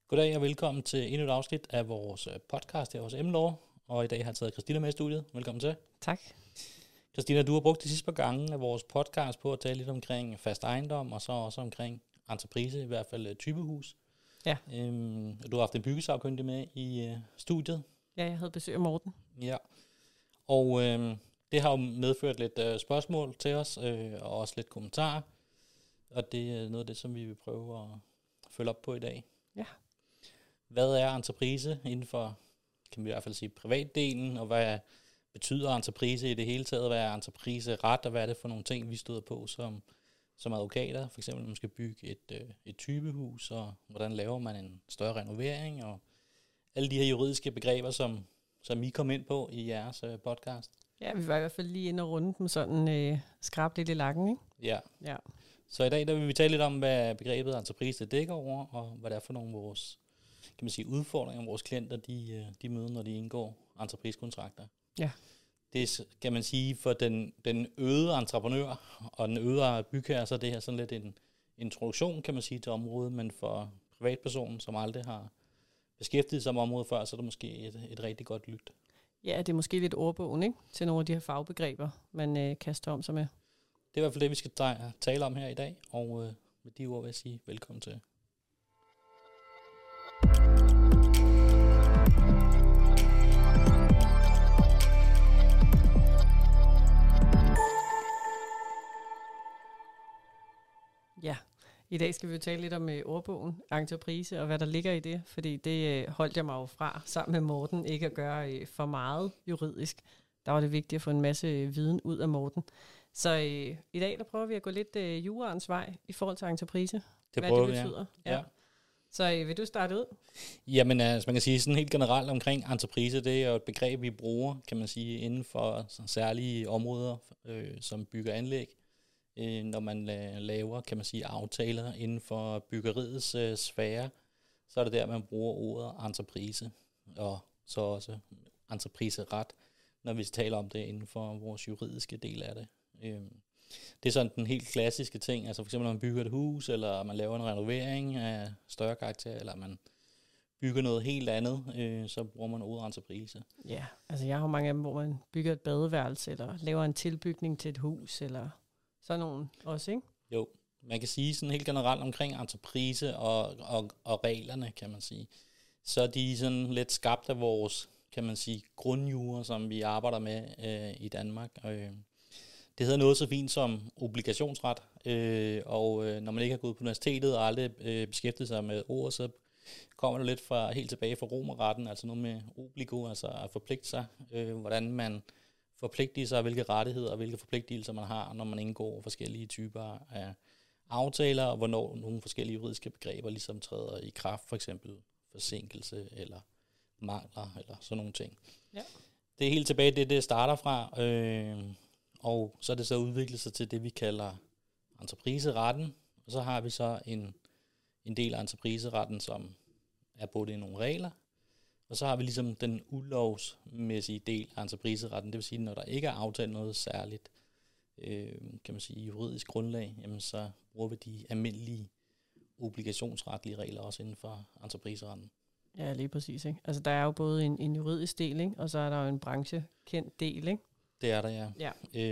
Goddag og velkommen til endnu et afsnit af vores podcast her hos M-Law. Og i dag har jeg taget Christina med i studiet. Velkommen til. Tak. Christina, du har brugt de sidste par gange af vores podcast på at tale lidt omkring fast ejendom, og så også omkring entreprise, i hvert fald typehus. Ja. Du har haft en byggesagkyndig med i studiet. Ja, jeg havde besøg af Morten. Ja, og det har jo medført lidt spørgsmål til os, og også lidt kommentarer. Og det er noget af det, som vi vil prøve at følge op på i dag. Ja. Hvad er entreprise inden for, kan vi i hvert fald sige, privatdelen, og hvad betyder entreprise i det hele taget? Hvad er entreprise ret, og hvad er det for nogle ting, vi støder på som advokater? For eksempel, når man skal bygge et typehus, og hvordan laver man en større renovering, og alle de her juridiske begreber, som I kom ind på i jeres podcast. Ja, vi var i hvert fald lige inde og runde dem sådan skrab lidt i lakken, ikke? Ja. Så i dag der vil vi tale lidt om, hvad begrebet entreprise dækker over, og hvad det er for nogle vores, kan man sige, udfordringer, vores klienter de møder, når de indgår entreprisekontrakter. Ja. Det kan man sige for den øde entreprenør og den øde bygherre, så er det her sådan lidt en introduktion, kan man sige, til området, men for privatpersonen, som aldrig har beskæftiget sig med området før, så er det måske et rigtig godt lyt. Ja, det er måske lidt ordbogen, ikke? Til nogle af de her fagbegreber, man kaster om sig med. Det er i hvert fald det, vi skal tale om her i dag, og med de ord vil jeg sige velkommen til. Ja, i dag skal vi jo tale lidt om ordbogen, entreprise og hvad der ligger i det, fordi det holdt jeg mig jo fra sammen med Morten, ikke at gøre for meget juridisk. Der var det vigtigt at få en masse viden ud af Morten. Så i dag der prøver vi at gå lidt juraens vej i forhold til entreprise. Det hvad prøver det betyder. Ja. Så vil du starte ud? Jamen, man kan sige sådan helt generelt omkring entreprise, det er jo et begreb, vi bruger, kan man sige, inden for særlige områder, som bygger anlæg. Når man laver, kan man sige, aftaler inden for byggeriets sfære, så er det der, man bruger ordet entreprise, og så også entrepriseret, når vi taler om det inden for vores juridiske del af det. Det er sådan den helt klassiske ting, altså for eksempel når man bygger et hus, eller man laver en renovering af større karakter, eller man bygger noget helt andet, så bruger man ordet entreprise. Ja, altså jeg har mange af dem, hvor man bygger et badeværelse, eller laver en tilbygning til et hus, eller sådan nogle også, ikke? Jo, man kan sige sådan helt generelt omkring entreprise og reglerne, kan man sige. Så er de sådan lidt skabt af vores, kan man sige, grundjure, som vi arbejder med i Danmark. Det hedder noget så fint som obligationsret, og når man ikke har gået på universitetet og aldrig beskæftiget sig med ord, så kommer det lidt helt tilbage fra romerretten, altså noget med obligo, altså at forpligte sig, hvordan man forpligter sig, hvilke rettigheder og hvilke forpligtelser man har, når man indgår forskellige typer af aftaler, og hvornår nogle forskellige juridiske begreber ligesom træder i kraft, for eksempel forsinkelse eller mangler eller sådan nogle ting. Ja. Det er helt tilbage det starter fra, og så er det så udviklet sig til det, vi kalder entrepriseretten, og så har vi så en del af entrepriseretten, som er både i nogle regler, og så har vi ligesom den ulovsmæssige del af entrepriseretten, det vil sige, når der ikke er aftalt noget særligt, kan man sige, juridisk grundlag, jamen så bruger vi de almindelige obligationsretlige regler også inden for entrepriseretten. Ja, lige præcis, ikke? Altså der er jo både en juridisk del, ikke? Og så er der jo en branchekendt del, ikke? Det er der, ja.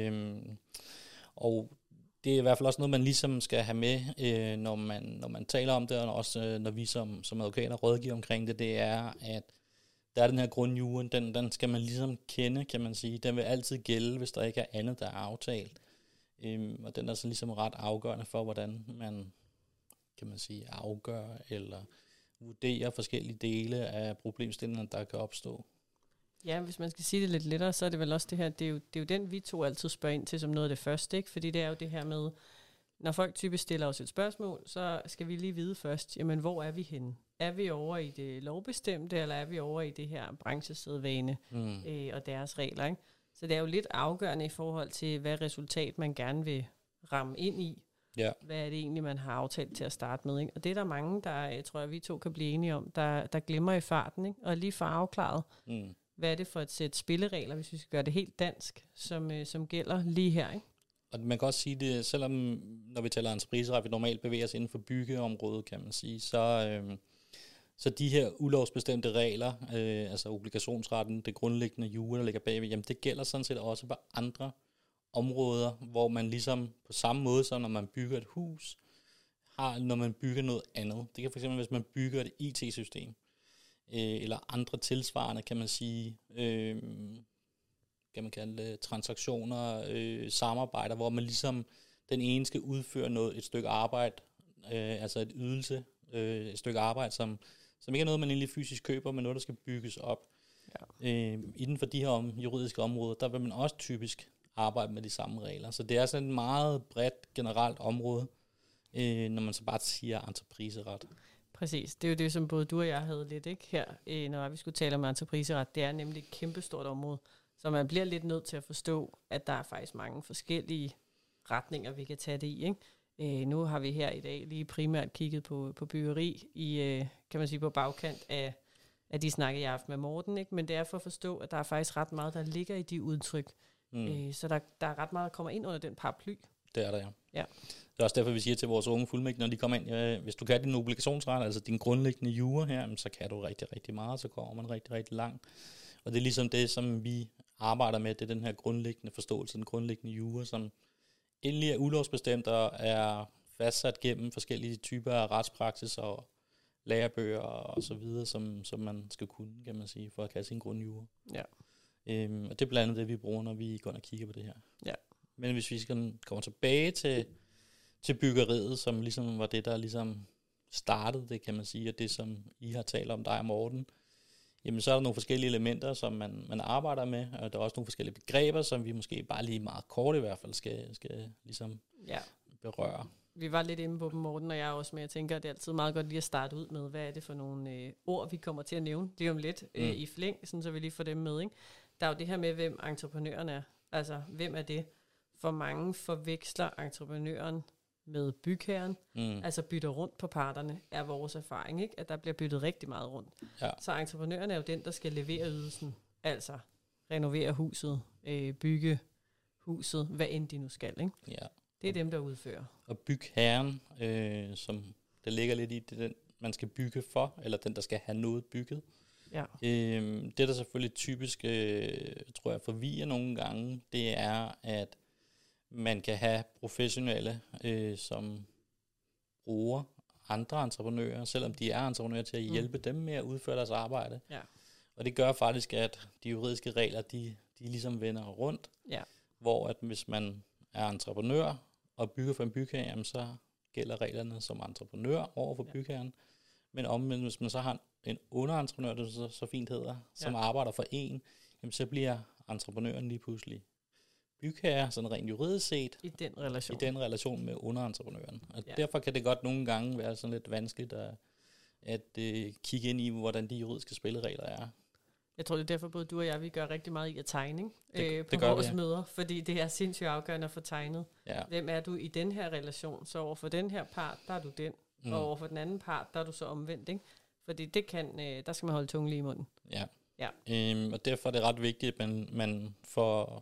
Og det er i hvert fald også noget, man ligesom skal have med, når man taler om det, og også når vi som advokater rådgiver omkring det, det er, at der er den her grundjure, den skal man ligesom kende, kan man sige. Den vil altid gælde, hvis der ikke er andet, der er aftalt. Og den er så ligesom ret afgørende for, hvordan man, kan man sige, afgør eller vurderer forskellige dele af problemstillingerne, der kan opstå. Ja, hvis man skal sige det lidt lettere, så er det vel også det her, det er jo den, vi to altid spørger ind til som noget af det første, ikke? Fordi det er jo det her med, når folk typisk stiller os et spørgsmål, så skal vi lige vide først, jamen hvor er vi henne? Er vi over i det lovbestemte, eller er vi over i det her branchesædvane og deres regler, ikke? Så det er jo lidt afgørende i forhold til, hvad resultat man gerne vil ramme ind i. Ja. Hvad er det egentlig, man har aftalt til at starte med, ikke? Og det er der mange, der tror jeg, vi to kan blive enige om, der glemmer i farten, ikke? Og lige får afklaret, hvad er det for et sæt spilleregler, hvis vi skal gøre det helt dansk, som gælder lige her, ikke? Og man kan også sige det, selvom når vi taler entrepriseret, vi normalt bevæger os inden for byggeområdet, kan man sige, så Så de her ulovsbestemte regler, altså obligationsretten, det grundlæggende jura, der ligger bagved, jamen det gælder sådan set også på andre områder, hvor man ligesom på samme måde som når man bygger et hus, har når man bygger noget andet. Det kan fx være, hvis man bygger et IT-system, eller andre tilsvarende, kan man sige, kan man kalde det, transaktioner, samarbejder, hvor man ligesom den ene skal udføre et stykke arbejde, altså et ydelse, et stykke arbejde, som ikke er noget, man egentlig fysisk køber, men noget, der skal bygges op. Ja. Inden for de her juridiske områder, der vil man også typisk arbejde med de samme regler. Så det er sådan et meget bredt, generelt område, når man så bare siger entrepriseret. Præcis. Det er jo det, som både du og jeg havde lidt ikke her, når vi skulle tale om entrepriseret. Det er nemlig et kæmpestort område, så man bliver lidt nødt til at forstå, at der er faktisk mange forskellige retninger, vi kan tage det i, ikke? Nu har vi her i dag lige primært kigget på byggeri, kan man sige på bagkant af de snakke, jeg har haft med Morten, ikke? Men det er for at forstå, at der er faktisk ret meget, der ligger i de udtryk. Så der er ret meget, der kommer ind under den paraply. Det er der, ja. Ja. Det er også derfor, vi siger til vores unge fuldmægtige, når de kommer ind, hvis du kan din obligationsret, altså din grundlæggende jura her, så kan du rigtig, rigtig meget, så kommer man rigtig, rigtig langt. Og det er ligesom det, som vi arbejder med, det er den her grundlæggende forståelse, den grundlæggende jura, som endelig er ulovsbestemt og er fastsat gennem forskellige typer af retspraksis og lærebøger og så videre, som man skal kunne, kan man sige, for at kalde sin grundjura. Ja. Og det er blandt andet det, vi bruger, når vi går ind og kigger på det her. Ja. Men hvis vi skal komme tilbage til byggeriet, som ligesom var det, der ligesom startede det, kan man sige, og det, som I har talt om, dig og Morten, jamen så er der nogle forskellige elementer, som man arbejder med, og der er også nogle forskellige begreber, som vi måske bare lige meget kort i hvert fald skal ligesom berøre. Vi var lidt inde på dem, Morten og jeg også, men jeg tænker, at det er altid meget godt lige at starte ud med, hvad er det for nogle ord, vi kommer til at nævne lige om lidt i flæng, sådan så vi lige får dem med, ikke? Der er jo det her med, hvem entreprenøren er. Altså, hvem er det? For mange forveksler entreprenøren med bygherren, altså bytter rundt på parterne, er vores erfaring, ikke? At der bliver byttet rigtig meget rundt. Ja. Så entreprenøren er jo den, der skal levere ydelsen, altså renovere huset, bygge huset, hvad end de nu skal, ikke? Ja. Det er dem, der udfører. Og bygherren, som der ligger lidt i, det den, man skal bygge for, eller den, der skal have noget bygget. Ja. Det, der selvfølgelig typisk, tror jeg, forvirrer nogle gange, det er, at man kan have professionelle, som bruger andre entreprenører, selvom de er entreprenører, til at hjælpe dem med at udføre deres arbejde. Ja. Og det gør faktisk, at de juridiske regler, de ligesom vender rundt, hvor at hvis man er entreprenør og bygger for en bygherre, jamen så gælder reglerne som entreprenør over for bygherren. Men omvendt, hvis man så har en underentreprenør, det så fint hedder, som arbejder for en, jamen så bliver entreprenøren lige pludselig bygherre, sådan rent juridisk set. I den relation. I den relation med underentreprenøren. Og derfor kan det godt nogle gange være sådan lidt vanskeligt at kigge ind i, hvordan de juridiske spilleregler er. Jeg tror, det er derfor, både du og jeg, vi gør rigtig meget i at tegne på vores møder, fordi det er sindssygt afgørende at få tegnet. Ja. Hvem er du i den her relation? Så overfor den her part, der er du den, og overfor den anden part, der er du så omvendt, ikke? Fordi det kan, der skal man holde tungen lige i munden. Ja. Og derfor er det ret vigtigt, at man får,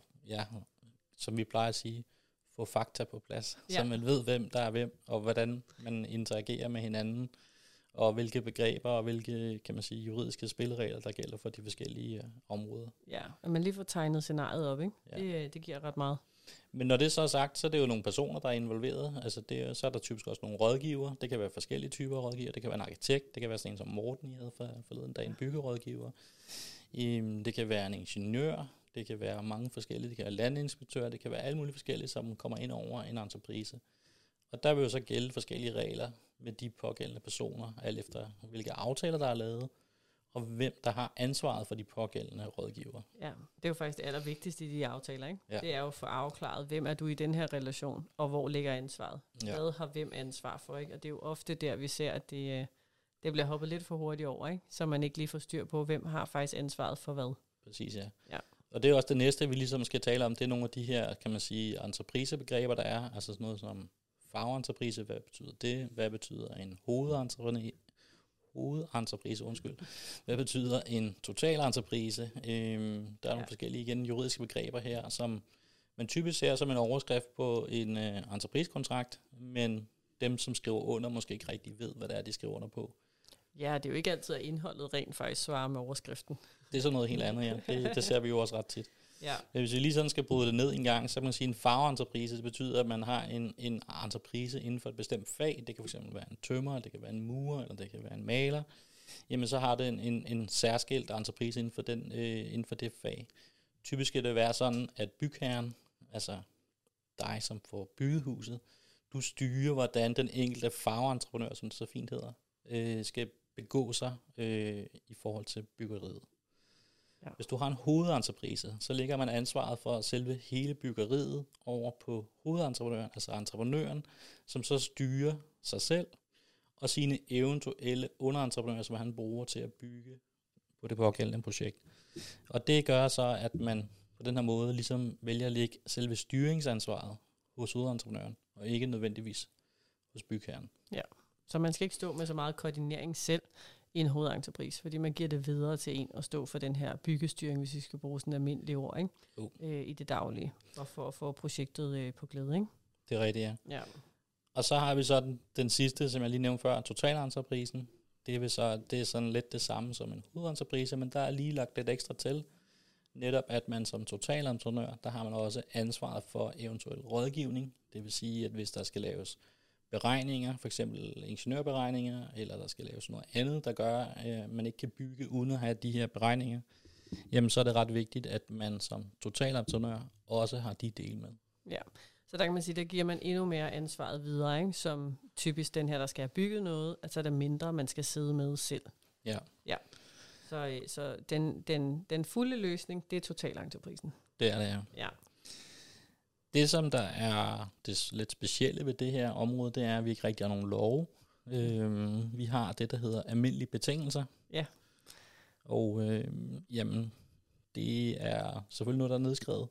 som vi plejer at sige, få fakta på plads, så man ved, hvem der er hvem, og hvordan man interagerer med hinanden, og hvilke begreber og hvilke, kan man sige, juridiske spilleregler, der gælder for de forskellige områder. Ja, at man lige får tegnet scenariet op, ikke? Ja. Det giver ret meget. Men når det så er sagt, så er det jo nogle personer, der er involveret. Altså så er der typisk også nogle rådgiver. Det kan være forskellige typer rådgiver. Det kan være en arkitekt. Det kan være sådan en som Morten, I havde forleden dag, en byggerådgiver. Det kan være en ingeniør. Det kan være mange forskellige. Det kan være landinspektører. Det kan være alle mulige forskellige, som kommer ind over en entreprise. Og der vil jo så gælde forskellige regler med de pågældende personer, alt efter hvilke aftaler, der er lavet, og hvem der har ansvaret for de pågældende rådgiver. Ja, det er jo faktisk det allervigtigste i de aftaler, ikke? Ja. Det er jo at få afklaret, hvem er du i den her relation, og hvor ligger ansvaret? Ja. Hvad har hvem ansvar for, ikke? Og det er jo ofte der, vi ser, at det bliver hoppet lidt for hurtigt over, ikke? Så man ikke lige får styr på, hvem har faktisk ansvaret for hvad. Præcis, ja. Og det er også det næste, vi ligesom skal tale om, det er nogle af de her, kan man sige, entreprisebegreber, der er, altså sådan noget som fagentreprise, hvad betyder det? Hvad betyder en hovedentreprise, Hvad betyder en totalentreprise? Der er nogle forskellige igen juridiske begreber her, som man typisk ser som en overskrift på en entreprisekontrakt, men dem, som skriver under, måske ikke rigtig ved, hvad det er, de skriver under på. Ja, det er jo ikke altid, at indholdet rent faktisk svarer med overskriften. Det er sådan noget helt andet, ja. Det ser vi jo også ret tit. Ja. Hvis vi lige sådan skal bryde det ned en gang, så kan man sige, at en fagentreprise, det betyder, at man har en entreprise inden for et bestemt fag. Det kan fx være en tømrer, det kan være en murer, eller det kan være en maler. Jamen så har det en særskilt entreprise inden for det fag. Typisk skal det være sådan, at bygherren, altså dig som får bygget huset, du styrer, hvordan den enkelte fagentreprenør, som det så fint hedder, skal begå sig i forhold til byggeriet. Ja. Hvis du har en hovedentreprise, så lægger man ansvaret for selve hele byggeriet over på hovedentreprenøren, altså entreprenøren, som så styrer sig selv og sine eventuelle underentreprenører, som han bruger til at bygge på det pågældende projekt. Og det gør så, at man på den her måde ligesom vælger at lægge selve styringsansvaret hos hovedentreprenøren, og ikke nødvendigvis hos bygherren. Ja, så man skal ikke stå med så meget koordinering selv i en hovedentreprise, fordi man giver det videre til en at stå for den her byggestyring, hvis vi skal bruge sådan et almindeligt ord, ikke? I det daglige, og for at få projektet på glæde, ikke? Det er rigtigt, ja. Ja. Og så har vi så den sidste, som jeg lige nævnte før, totalentreprisen. Det er sådan lidt det samme som en hovedentreprise, men der er lige lagt lidt ekstra til. Netop at man som totalentreprenør, der har man også ansvaret for eventuel rådgivning. Det vil sige, at hvis der skal laves beregninger, for eksempel ingeniørberegninger, eller der skal laves noget andet, der gør, at man ikke kan bygge uden at have de her beregninger, jamen så er det ret vigtigt, at man som totalentreprenør også har de dele med. Ja, så der kan man sige, der giver man endnu mere ansvaret videre, ikke? Som typisk den her, der skal have bygget noget, altså er der mindre, man skal sidde med selv. Ja. Ja. Så den fulde løsning, det er totalentreprisen. Det er det, ja. Ja. Det, som der er det lidt specielle ved det her område, det er, at vi ikke rigtig har nogen love. Vi har det, der hedder almindelige betingelser. Ja. Og jamen, det er selvfølgelig noget, der er nedskrevet.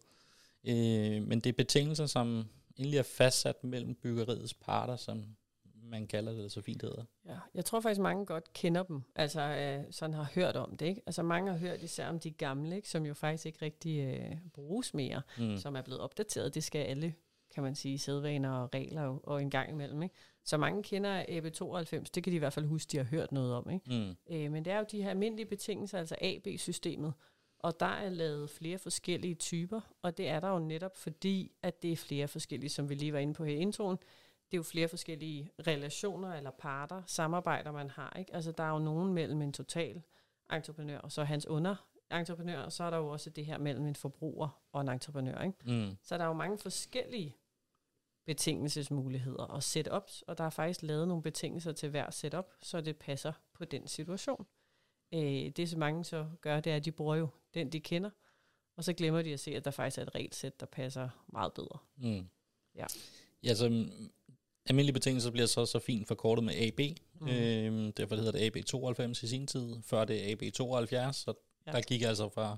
Men det er betingelser, som egentlig er fastsat mellem byggeriets parter, som man kalder det så fint hedder. Ja, jeg tror faktisk, mange godt kender dem. Altså sådan har hørt om det, ikke? Altså mange har hørt især om de gamle, ikke? Som jo faktisk ikke rigtig bruges mere, som er blevet opdateret. Det skal alle, kan man sige, sædvaner og regler og en gang imellem, ikke? Så mange kender AB 92, det kan de i hvert fald huske, de har hørt noget om, ikke? Men det er jo de her almindelige betingelser, altså AB-systemet, og der er lavet flere forskellige typer, og det er der jo netop fordi, at det er flere forskellige, som vi lige var inde på her i introen. Det er jo flere forskellige relationer eller parter, samarbejder man har, ikke? Altså der er jo nogen mellem en total entreprenør og så hans underentreprenør, og så er der jo også det her mellem en forbruger og en entreprenør, ikke? Så der er jo mange forskellige betingelsesmuligheder og setups, og der er faktisk lavet nogle betingelser til hver setup, så det passer på den situation. Det som mange så gør, det er, at de bruger jo den, de kender, og så glemmer de at se, at der faktisk er et regelsæt, der passer meget bedre. Ja. Ja, så almindelige betingelser bliver så fint forkortet med AB. Derfor hedder det AB 92 i sin tid. Før det er AB 72, så der gik altså fra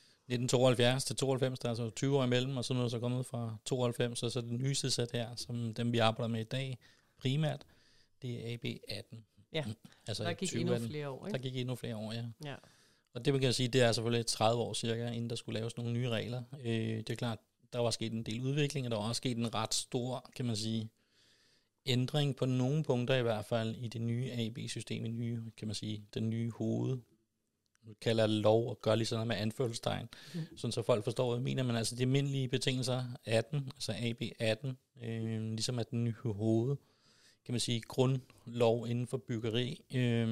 1972 til 92, der er altså 20 år imellem, og så nu er så kommet fra 92, og så det nyeste sæt her, som dem vi arbejder med i dag primært, det er AB 18. Ja, altså der gik endnu flere år, ikke? Der gik endnu flere år, ja. Og det man kan sige, det er selvfølgelig 30 år cirka, inden der skulle laves nogle nye regler. Det er klart, der var sket en del udvikling, og der var også sket en ret stor, kan man sige, ændring på nogle punkter i hvert fald i det nye AB-system, kan man sige, den nye hoved, nu kalder det lov og gør lige sådan noget med anførselstegn, sådan så folk forstår, hvad jeg mener, men altså de almindelige betingelser 18, altså AB 18, ligesom at den nye hoved, kan man sige, grundlov inden for byggeri,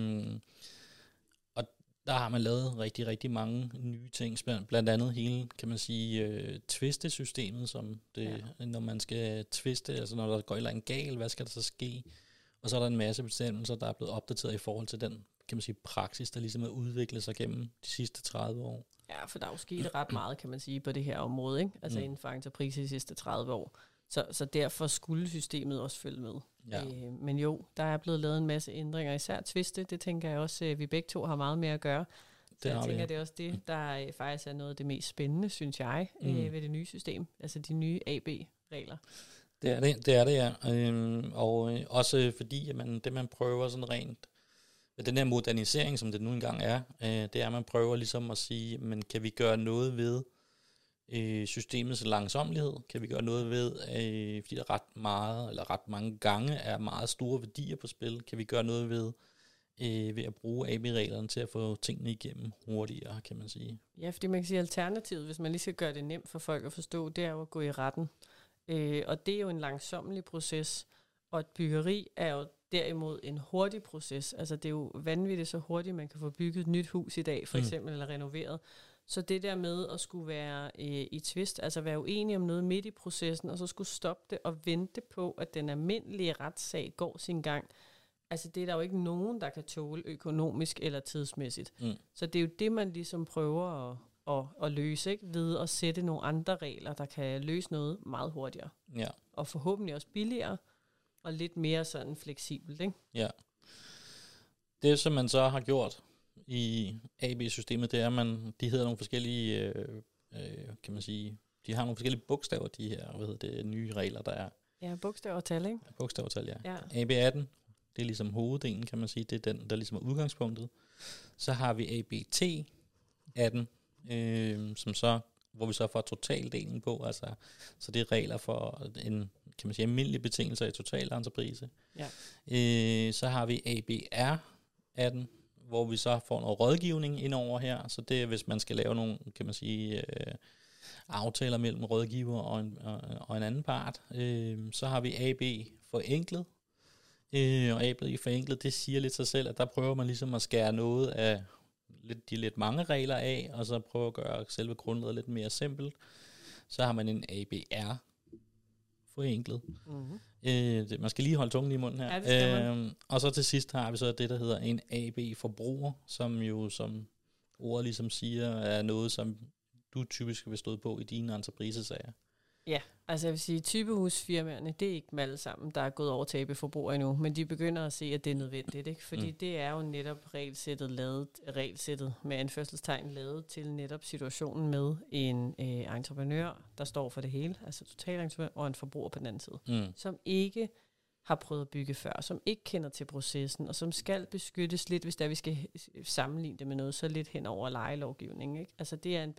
og der har man lavet rigtig, rigtig mange nye ting, blandt andet hele, kan man sige, tvistesystemet, som det, når man skal tviste, altså når der går et eller andet galt, hvad skal der så ske? Og så er der en masse bestemmelser, der er blevet opdateret i forhold til den, kan man sige, praksis, der ligesom er udviklet sig gennem de sidste 30 år. Ja, for der er jo sket ret meget, kan man sige, på det her område, ikke? Altså inden for entreprise de sidste 30 år. Så derfor skulle systemet også følge med. Ja. Men jo, der er blevet lavet en masse ændringer, især tviste. Det tænker jeg også, vi begge to har meget mere at gøre. Så jeg tænker, det er også det, der faktisk er noget af det mest spændende, synes jeg, ved det nye system. Altså de nye AB-regler. Det er det, ja. Og også fordi, at det man prøver sådan rent, med den her modernisering, som det nu engang er, det er, at man prøver ligesom at sige, men kan vi gøre noget ved systemets langsommelighed? Kan vi gøre noget ved, fordi der ret mange gange er meget store værdier på spil? Kan vi gøre noget ved ved at bruge AB-reglerne til at få tingene igennem hurtigere, kan man sige. Ja, fordi man kan sige, alternativet, hvis man lige skal gøre det nemt for folk at forstå, det er jo at gå i retten. Og det er jo en langsomlig proces, og et byggeri er jo derimod en hurtig proces. Altså det er jo vanvittigt så hurtigt, man kan få bygget et nyt hus i dag, for eksempel, eller renoveret. Så det der med at skulle være i tvist, altså være uenig om noget midt i processen, og så skulle stoppe det og vente på, at den almindelige retssag går sin gang, altså det er der jo ikke nogen, der kan tåle økonomisk eller tidsmæssigt. Så det er jo det, man ligesom prøver at løse, ikke? Ved at sætte nogle andre regler, der kan løse noget meget hurtigere. Ja. Og forhåbentlig også billigere, og lidt mere sådan fleksibelt, ikke? Ja. Det, som man så har gjort i AB-systemet, det er, at de hedder nogle forskellige, kan man sige, de har nogle forskellige bogstaver, de her, nye regler, der er. Ja, bogstaver og tal, ikke? Bogstaver og tal, ja. Ja. AB18, det er ligesom hoveddelen, kan man sige, det er den, der ligesom er udgangspunktet. Så har vi ABT18, som så, hvor vi så får totaldelen på, altså, så det er regler for en, kan man sige, almindelige betingelser i total entreprise. Ja. Så har vi ABR18, hvor vi så får noget rådgivning ind over her, så det er, hvis man skal lave nogle, kan man sige, aftaler mellem rådgiver og en anden part. Så har vi AB forenklet, og AB forenklet, det siger lidt sig selv, at der prøver man ligesom at skære noget af de lidt mange regler af, og så prøve at gøre selve grundlaget lidt mere simpelt. Så har man en ABR forenklet. Mm-hmm. Man skal lige holde tungen i munden her. Ja, og så til sidst har vi så det, der hedder en AB-forbruger, som jo, som ordet ligesom siger, er noget, som du typisk vil stå på i dine entreprisesager. Ja, altså jeg vil sige, typehusfirmaerne, det er ikke dem alle sammen, der er gået over til AB-forbruger endnu, men de begynder at se, at det er nødvendigt, ikke? Fordi det er jo netop regelsættet med anførselstegn lavet til netop situationen med en entreprenør, der står for det hele, altså totalentreprenør, og en forbruger på den anden side, som ikke har prøvet at bygge før, som ikke kender til processen, og som skal beskyttes lidt, hvis der vi skal sammenligne det med noget, så lidt hen over lejelovgivningen, ikke? Altså det er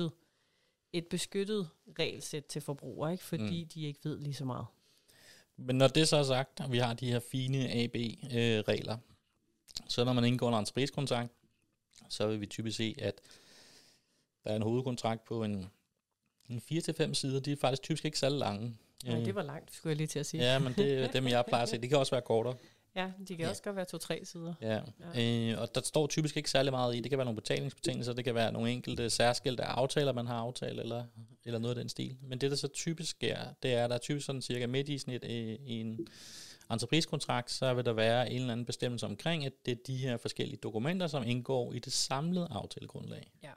et beskyttet regelsæt til forbrugere, ikke? Fordi de ikke ved lige så meget. Men når det så er sagt, og vi har de her fine AB-regler, så når man indgår en entreprisekontrakt, så vil vi typisk se, at der er en hovedkontrakt på en 4-5 sider. De er faktisk typisk ikke særlig lange. Nej, det var langt, skulle jeg lige til at sige. Ja, men det er dem, jeg plejer at se. Det kan også være kortere. Ja, de kan også godt være 2-3 sider. Ja. Og der står typisk ikke særlig meget i. Det kan være nogle betalingsbetingelser, det kan være nogle enkelte særskilte aftaler, man har aftalt, eller noget af den stil. Men det, der så typisk er, det er, der er typisk sådan cirka midt i snit i en entreprisekontrakt, så vil der være en eller anden bestemmelse omkring, at det er de her forskellige dokumenter, som indgår i det samlede aftalegrundlag. Ja.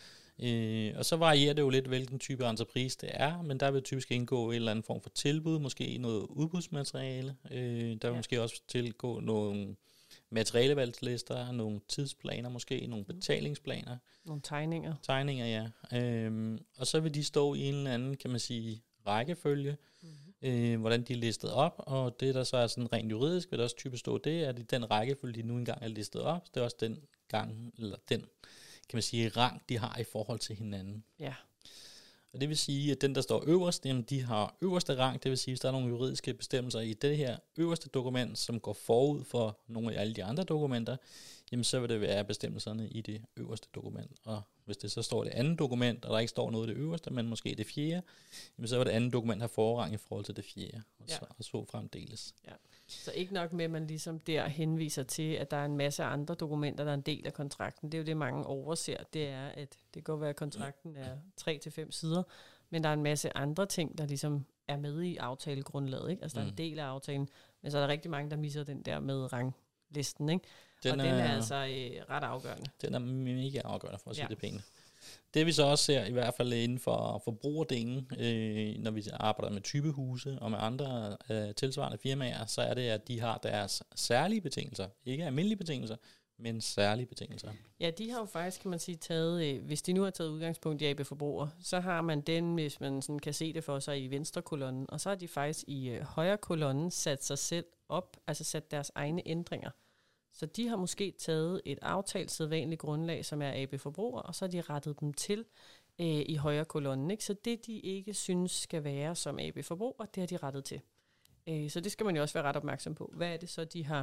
Og så varierer det jo lidt, hvilken type entreprise det er, men der vil typisk indgå en eller anden form for tilbud, måske noget udbudsmateriale. Der vil måske også tilgå nogle materialevalgslister, nogle tidsplaner måske, nogle betalingsplaner. Nogle tegninger. Tegninger, ja. Og så vil de stå i en eller anden, kan man sige, rækkefølge, hvordan de er listet op, og det der så er sådan rent juridisk, vil der også typisk stå det, at i den rækkefølge, de nu engang er listet op, det er også den gang, eller den, kan man sige, rang, de har i forhold til hinanden. Ja. Og det vil sige, at den, der står øverst, jamen, de har øverste rang, det vil sige, hvis der er nogle juridiske bestemmelser i det her øverste dokument, som går forud for nogle af alle de andre dokumenter, jamen så vil det være bestemmelserne i det øverste dokument. Og hvis det så står i det andet dokument, og der ikke står noget i det øverste, men måske det fjerde, jamen så vil det andet dokument have forrang i forhold til det fjerde, og så fremdeles. Ja. Så ikke nok med, at man ligesom der henviser til, at der er en masse andre dokumenter, der er en del af kontrakten. Det er jo det, mange overser. Det er, at det kan godt være, at kontrakten er 3-5 sider, men der er en masse andre ting, der ligesom er med i aftalegrundlaget, ikke? Altså der er en del af aftalen, men så er der rigtig mange, der misser den der med ranglisten, ikke? Den er altså ret afgørende. Den er mega afgørende, for at sige det pænt. Det vi så også ser, i hvert fald inden for forbrugerdelen, når vi arbejder med typehuse og med andre tilsvarende firmaer, så er det, at de har deres særlige betingelser. Ikke almindelige betingelser, men særlige betingelser. Ja, de har jo faktisk, kan man sige, taget, hvis de nu har taget udgangspunkt i AB-forbruger, så har man den, hvis man sådan kan se det for sig, i venstre kolonnen, og så har de faktisk i højre kolonnen sat sig selv op, altså sat deres egne ændringer. Så de har måske taget et aftalt sædvanligt grundlag, som er AB-forbruger, og så har de rettet dem til i højre kolonnen, ikke? Så det, de ikke synes skal være som AB-forbruger, det har de rettet til. Så det skal man jo også være ret opmærksom på. Hvad er det så, de har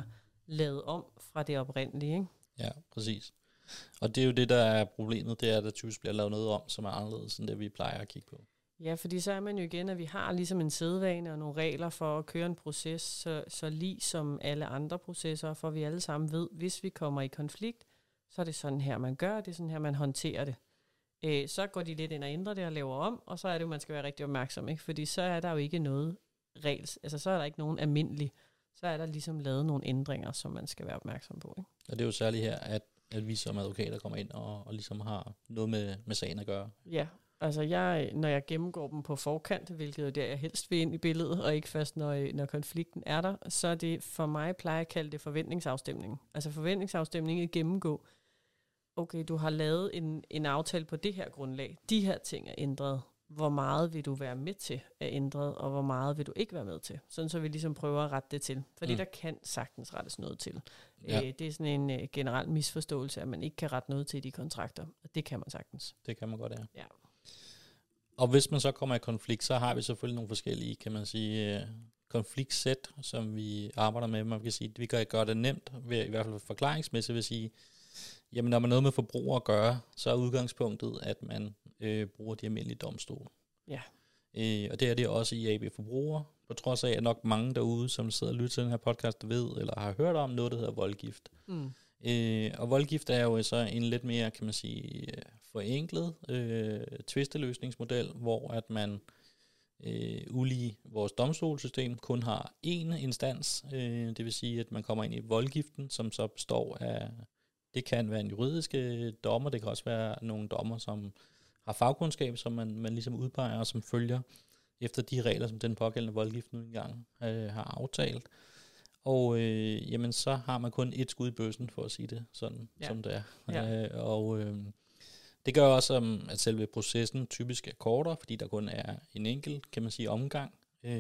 lavet om fra det oprindelige, ikke? Ja, præcis. Og det er jo det, der er problemet, det er, at der typisk bliver lavet noget om, som er anderledes end det, vi plejer at kigge på. Ja, fordi så er man jo igen, at vi har ligesom en sædvane og nogle regler for at køre en proces, så lige som alle andre processer, for vi alle sammen ved, hvis vi kommer i konflikt, så er det sådan her, man gør, det er sådan her, man håndterer det. Så går de lidt ind og ændrer det og laver om, og så er det jo, man skal være rigtig opmærksom, ikke? Fordi så er der jo ikke noget regels, altså så er der ikke nogen almindelig, så er der ligesom lavet nogle ændringer, som man skal være opmærksom på, ikke? Og det er jo særligt her, at vi som advokater kommer ind og ligesom har noget med sagen at gøre. Ja, altså når jeg gennemgår dem på forkant, hvilket er der, jeg helst vil ind i billedet, og ikke først, når konflikten er der, så er det for mig, plejer jeg at kalde det forventningsafstemning. Altså forventningsafstemning er gennemgå. Okay, du har lavet en aftale på det her grundlag. De her ting er ændret. Hvor meget vil du være med til at ændre, og hvor meget vil du ikke være med til? Sådan så vi ligesom prøver at rette det til. Fordi der kan sagtens rettes noget til. Ja. Det er sådan en generel misforståelse, at man ikke kan rette noget til i de kontrakter. Og det kan man sagtens. Det kan man godt, ja. Og hvis man så kommer i konflikt, så har vi selvfølgelig nogle forskellige, kan man sige, konfliktsæt, som vi arbejder med. Man kan sige, at vi kan gøre det nemt, ved, i hvert fald forklaringsmæssigt, vil sige, jamen når man har noget med forbrugere at gøre, så er udgangspunktet, at man bruger de almindelige domstole. Ja. Og det er det også i AB Forbruger, på trods af, at nok mange derude, som sidder og lytter til den her podcast, ved eller har hørt om noget, der hedder voldgift. Og voldgift er jo så en lidt mere, kan man sige, forenklet tvisteløsningsmodel, hvor at man ulige vores domstolssystem kun har én instans. Det vil sige, at man kommer ind i voldgiften, som så består af, det kan være en juridisk dommer, det kan også være nogle dommer, som har fagkundskab, som man ligesom udpeger, og som følger efter de regler, som den pågældende voldgift nu engang har aftalt. Og jamen, så har man kun et skud i bøssen, for at sige det sådan, som det er. Ja. Det gør også, at selve processen typisk er kortere, fordi der kun er en enkelt, kan man sige, omgang.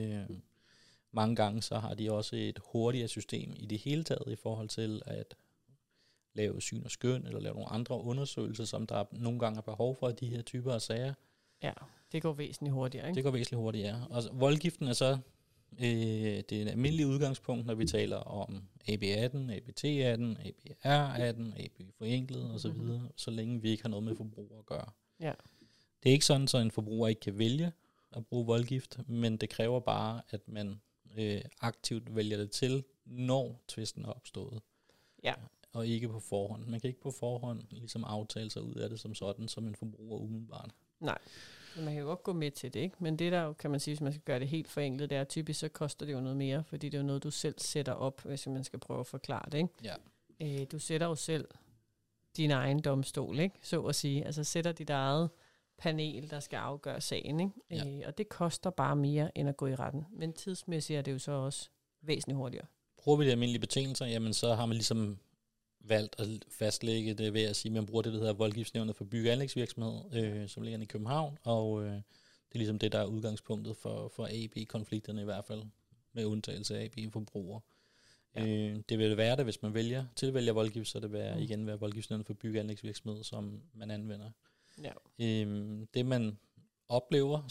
Mange gange så har de også et hurtigere system i det hele taget i forhold til at lave syn og skøn, eller lave nogle andre undersøgelser, som der nogle gange er behov for i de her typer af sager. Ja, det går væsentligt hurtigere, ikke? Det går væsentligt hurtigere. Og voldgiften er så det er et almindeligt udgangspunkt, når vi taler om AB18, ABT18, ABR18, AB forenklet osv., så længe vi ikke har noget med forbruger at gøre. Ja. Det er ikke sådan, så en forbruger ikke kan vælge at bruge voldgift, men det kræver bare, at man aktivt vælger det til, når tvisten er opstået. Ja. Og ikke på forhånd. Man kan ikke på forhånd ligesom aftale sig ud af det som sådan, som en forbruger umiddelbart. Nej, man kan jo godt gå med til det, ikke? Men det der jo, kan man sige, hvis man skal gøre det helt forenklet, det er typisk, så koster det jo noget mere, fordi det er jo noget, du selv sætter op, hvis man skal prøve at forklare det, ikke? Ja. Du sætter jo selv din egen domstol, ikke? Så at sige. Altså sætter dit eget panel, der skal afgøre sagen, ikke? Ja. Og det koster bare mere, end at gå i retten. Men tidsmæssigt er det jo så også væsentligt hurtigere. Bruger vi de almindelige betingelser, jamen så har man ligesom valgt at fastlægge det ved at sige, at man bruger det, der hedder Voldgiftsnævnet for bygge- og anlægsvirksomhed, som ligger i København, og det er ligesom det, der er udgangspunktet for AB-konflikterne i hvert fald, med undtagelse af AB-forbrugere. Ja. Det vil være det, hvis man tilvælger voldgift, så det vil igen være Voldgiftsnævnet for bygge- og anlægsvirksomhed, som man anvender. Ja. Det man oplever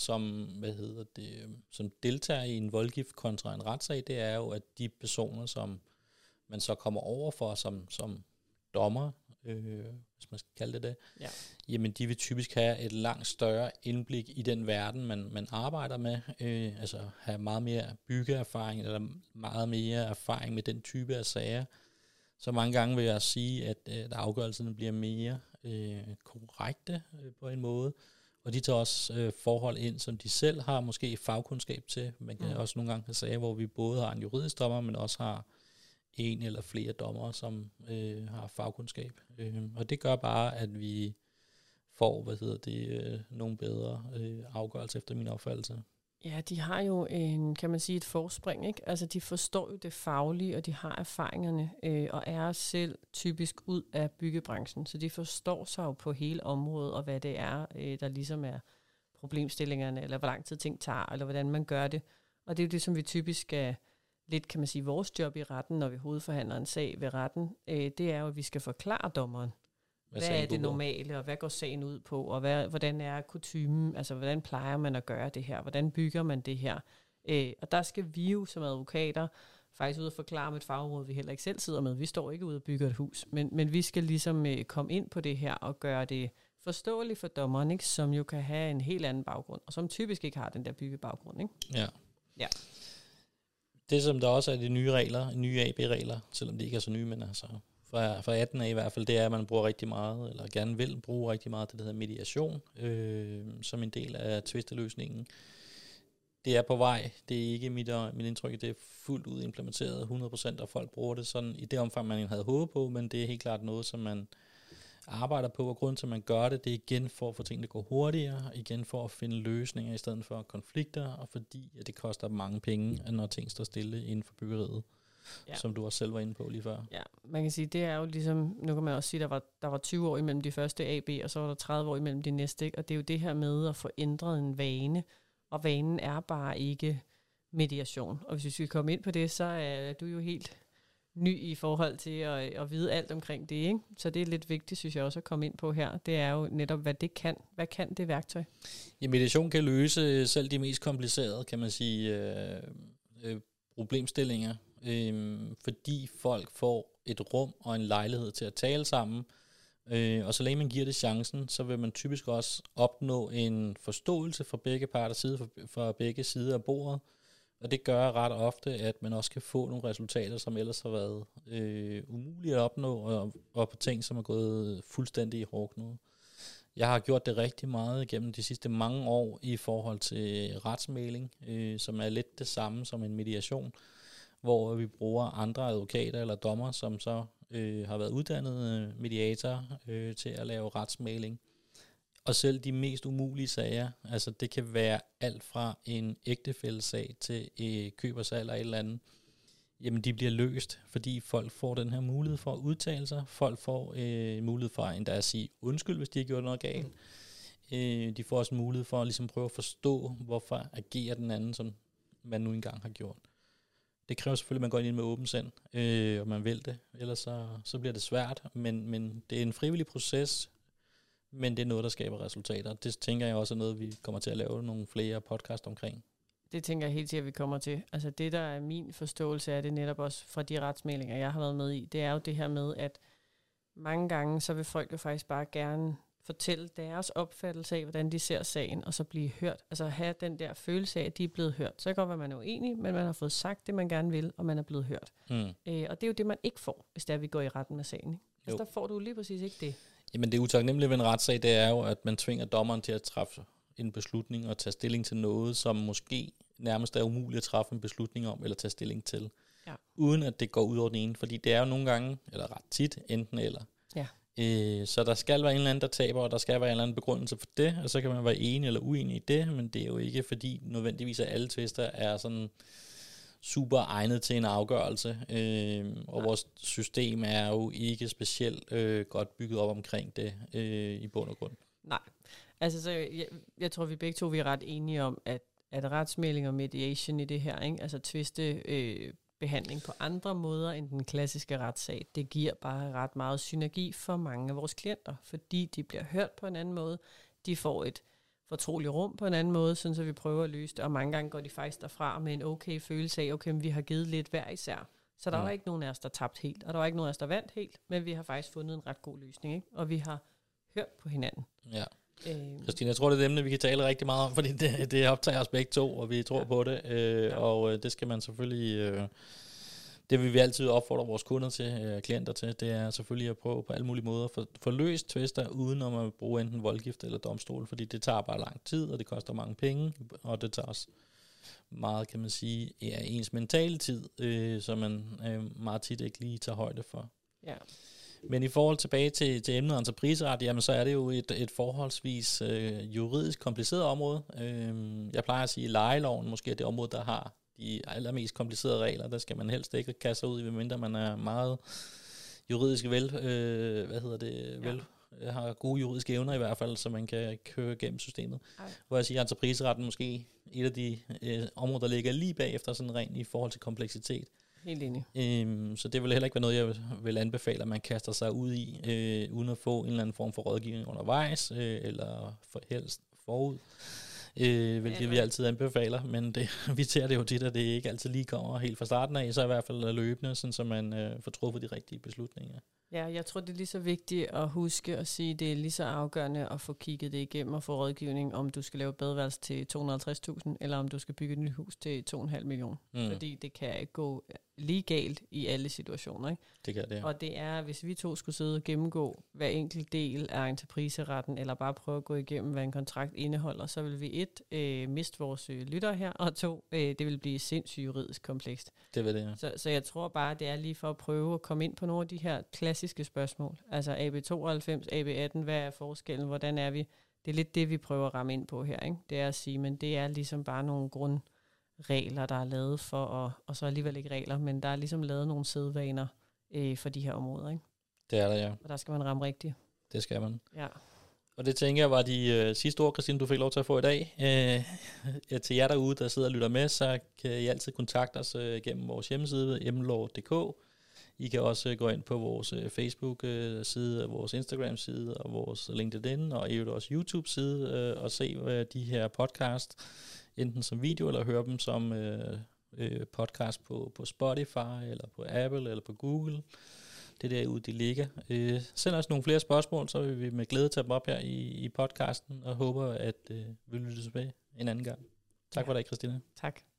som deltager i en voldgift kontra en retssag, det er jo, at de personer, som man så kommer over for som dommer, hvis man skal kalde det, jamen de vil typisk have et langt større indblik i den verden, man arbejder med, altså have meget mere byggeerfaring, eller meget mere erfaring med den type af sager. Så mange gange vil jeg sige, at afgørelserne bliver mere korrekte på en måde, og de tager også forhold ind, som de selv har måske fagkundskab til. Man kan også nogle gange have sager, hvor vi både har en juridisk dommer, men også har en eller flere dommere, som har fagkundskab. Og det gør bare, at vi får, nogle bedre afgørelser efter min opfattelse. Ja, de har jo kan man sige, et forspring, ikke? Altså, de forstår jo det faglige, og de har erfaringerne, og er selv typisk ud af byggebranchen. Så de forstår sig jo på hele området, og hvad det er, der ligesom er problemstillingerne, eller hvor lang tid ting tager, eller hvordan man gør det. Og det er jo det, som vi typisk skal lidt, kan man sige, vores job i retten, når vi hovedforhandler en sag ved retten, det er jo, at vi skal forklare dommeren, hvad er det normale, og hvad går sagen ud på, og hvordan er kutymen, altså hvordan plejer man at gøre det her, hvordan bygger man det her. Og der skal vi jo som advokater faktisk ude og forklare om et fagområde, vi heller ikke selv sidder med. Vi står ikke ude og bygger et hus, men vi skal ligesom komme ind på det her og gøre det forståeligt for dommeren, ikke? Som jo kan have en helt anden baggrund, og som typisk ikke har den der byggebaggrund. Ikke? Ja. Det, som der også er de nye regler, nye AB-regler, selvom de ikke er så nye, men altså fra 18 af i hvert fald, det er, at man bruger rigtig meget, eller gerne vil bruge rigtig meget det, der hedder mediation, som en del af tvisteløsningen. Det er på vej. Det er ikke mit indtryk, at det er fuldt ud implementeret. 100% af folk bruger det sådan i det omfang, man havde håbet på, men det er helt klart noget, som man arbejder på, og grunden til, at man gør det, det er igen for at få tingene til at gå hurtigere, igen for at finde løsninger i stedet for konflikter, og fordi at det koster mange penge, når ting står stille inden for byggeriet, som du også selv var inde på lige før. Ja, man kan sige, det er jo ligesom, nu kan man også sige, der var 20 år imellem de første AB, og så var der 30 år imellem de næste, ikke? Og det er jo det her med at få ændret en vane, og vanen er bare ikke mediation. Og hvis vi skal komme ind på det, så er du jo helt ny i forhold til at vide alt omkring det, ikke? Så det er lidt vigtigt, synes jeg også, at komme ind på her. Det er jo netop, hvad det kan. Hvad kan det værktøj? Ja, mediation kan løse selv de mest komplicerede, kan man sige, problemstillinger, fordi folk får et rum og en lejlighed til at tale sammen, og så længe man giver det chancen, så vil man typisk også opnå en forståelse fra begge parters side, fra begge sider af bordet, og det gør ret ofte, at man også kan få nogle resultater, som ellers har været umulige at opnå, og på ting, som er gået fuldstændig i hårdknude. Jeg har gjort det rigtig meget gennem de sidste mange år i forhold til retsmægling, som er lidt det samme som en mediation, hvor vi bruger andre advokater eller dommer, som så har været uddannede mediatorer til at lave retsmægling. Og selv de mest umulige sager, altså det kan være alt fra en ægtefællesag til køb og salg eller et eller andet, jamen de bliver løst, fordi folk får den her mulighed for at udtale sig. Folk får mulighed for endda at sige undskyld, hvis de har gjort noget galt. De får også mulighed for at ligesom prøve at forstå, hvorfor agerer den anden, som man nu engang har gjort. Det kræver selvfølgelig, at man går ind med åben sind, og man vil det. Ellers så bliver det svært, men det er en frivillig proces, men det er noget, der skaber resultater. Det tænker jeg også er noget, vi kommer til at lave nogle flere podcast omkring. Det tænker jeg helt til, at vi kommer til. Altså det, der er min forståelse af det netop også fra de retsmæglinger, jeg har været med i, det er jo det her med, at mange gange, så vil folk jo faktisk bare gerne fortælle deres opfattelse af, hvordan de ser sagen, og så blive hørt. Altså have den der følelse af, at de er blevet hørt. Så kan godt være, man er uenig, men man har fået sagt det, man gerne vil, og man er blevet hørt. Og det er jo det, man ikke får, hvis det er, vi går i retten med sagen. Ikke? Altså der får du lige præcis ikke det. Jamen det utaknemmelige ved en retssag, det er jo, at man tvinger dommeren til at træffe en beslutning og tage stilling til noget, som måske nærmest er umuligt at træffe en beslutning om, eller tage stilling til, uden at det går ud over den ene. Fordi det er jo nogle gange, eller ret tit, enten eller. Ja. Så der skal være en eller anden, der taber, og der skal være en eller anden begrundelse for det, og så kan man være enig eller uenig i det, men det er jo ikke fordi nødvendigvis, at alle tvister er sådan super egnet til en afgørelse, og vores system er jo ikke specielt godt bygget op omkring det i bund og grund. Nej, altså så jeg tror, vi begge to vi er ret enige om, at retsmægling og mediation i det her, ikke? Altså tvistebehandling på andre måder end den klassiske retssag, det giver bare ret meget synergi for mange af vores klienter, fordi de bliver hørt på en anden måde, de får et fortroligt rum på en anden måde, sådan så vi prøver at løse det, og mange gange går de faktisk derfra med en okay følelse af, okay, vi har givet lidt hver især. Så der var ikke nogen af os, der tabte helt, og der var ikke nogen af os, der vandt helt, men vi har faktisk fundet en ret god løsning, ikke? Og vi har hørt på hinanden. Ja. Christine, jeg tror, det er et emne, vi kan tale rigtig meget om, fordi det optager os begge to, og vi tror på det, og det skal man selvfølgelig, det vil vi altid opfordre vores kunder til, klienter til, det er selvfølgelig at prøve på alle mulige måder at få løst tvister, uden at bruge enten voldgift eller domstol, fordi det tager bare lang tid, og det koster mange penge, og det tager også meget, kan man sige, ens mentale tid, som man meget tit ikke lige tager højde for. Ja. Men i forhold tilbage til emnet entrepriseret, jamen så er det jo et forholdsvis juridisk kompliceret område. Jeg plejer at sige, at lejeloven måske er det område, der har de allermest komplicerede regler. Der skal man helst ikke kaste sig ud i, medmindre man er meget juridisk har gode juridiske evner i hvert fald, så man kan køre gennem systemet. Hvor jeg siger, at entrepriseretten måske et af de områder, der ligger lige bagefter sådan rent i forhold til kompleksitet. Helt enig. Så det vil heller ikke være noget, jeg vil anbefale, at man kaster sig ud i, uden at få en eller anden form for rådgivning undervejs, eller for helst forud. hvilket vi altid anbefaler, men vi ser det jo tit, at det ikke altid lige kommer helt fra starten af, så i hvert fald løbende, sådan, så man får truffet de rigtige beslutninger. Ja, jeg tror, det er lige så vigtigt at huske at sige, at det er lige så afgørende at få kigget det igennem og få rådgivning, om du skal lave et badeværelse til 250.000, eller om du skal bygge et nyt hus til 2,5 millioner. Fordi det kan gå lige galt i alle situationer. Ikke? Det kan det, ja. Og det er, hvis vi to skulle sidde og gennemgå hver enkelt del af entrepriseretten, eller bare prøve at gå igennem, hvad en kontrakt indeholder, så vil vi miste vores lytter her, og 2, det vil blive sindssygt juridisk komplekst. Det vil det, ja. Så jeg tror bare, det er lige for at prøve at komme ind på nogle af de her klassiske spørgsmål. Altså AB92, AB18, hvad er forskellen, hvordan er vi? Det er lidt det, vi prøver at ramme ind på her, ikke? Det er at sige, men det er ligesom bare nogle grundregler, der er lavet for, og så alligevel ikke regler, men der er ligesom lavet nogle sædvaner for de her områder, ikke? Det er der, ja. Og der skal man ramme rigtigt. Det skal man. Ja. Og det tænker jeg var de sidste ord, Christine, du fik lov til at få i dag. Til jer derude, der sidder og lytter med, så kan I altid kontakte os gennem vores hjemmeside, mlaw.dk. I kan også gå ind på vores Facebook-side, vores Instagram-side og vores LinkedIn og i øvrigt også YouTube-side og se de her podcast, enten som video eller høre dem som podcast på Spotify eller på Apple eller på Google. Det er derude, de ligger. Send os nogle flere spørgsmål, så vil vi med glæde tage dem op her i podcasten og håber, at vi lytter tilbage en anden gang. Tak for dig, Christina. Tak.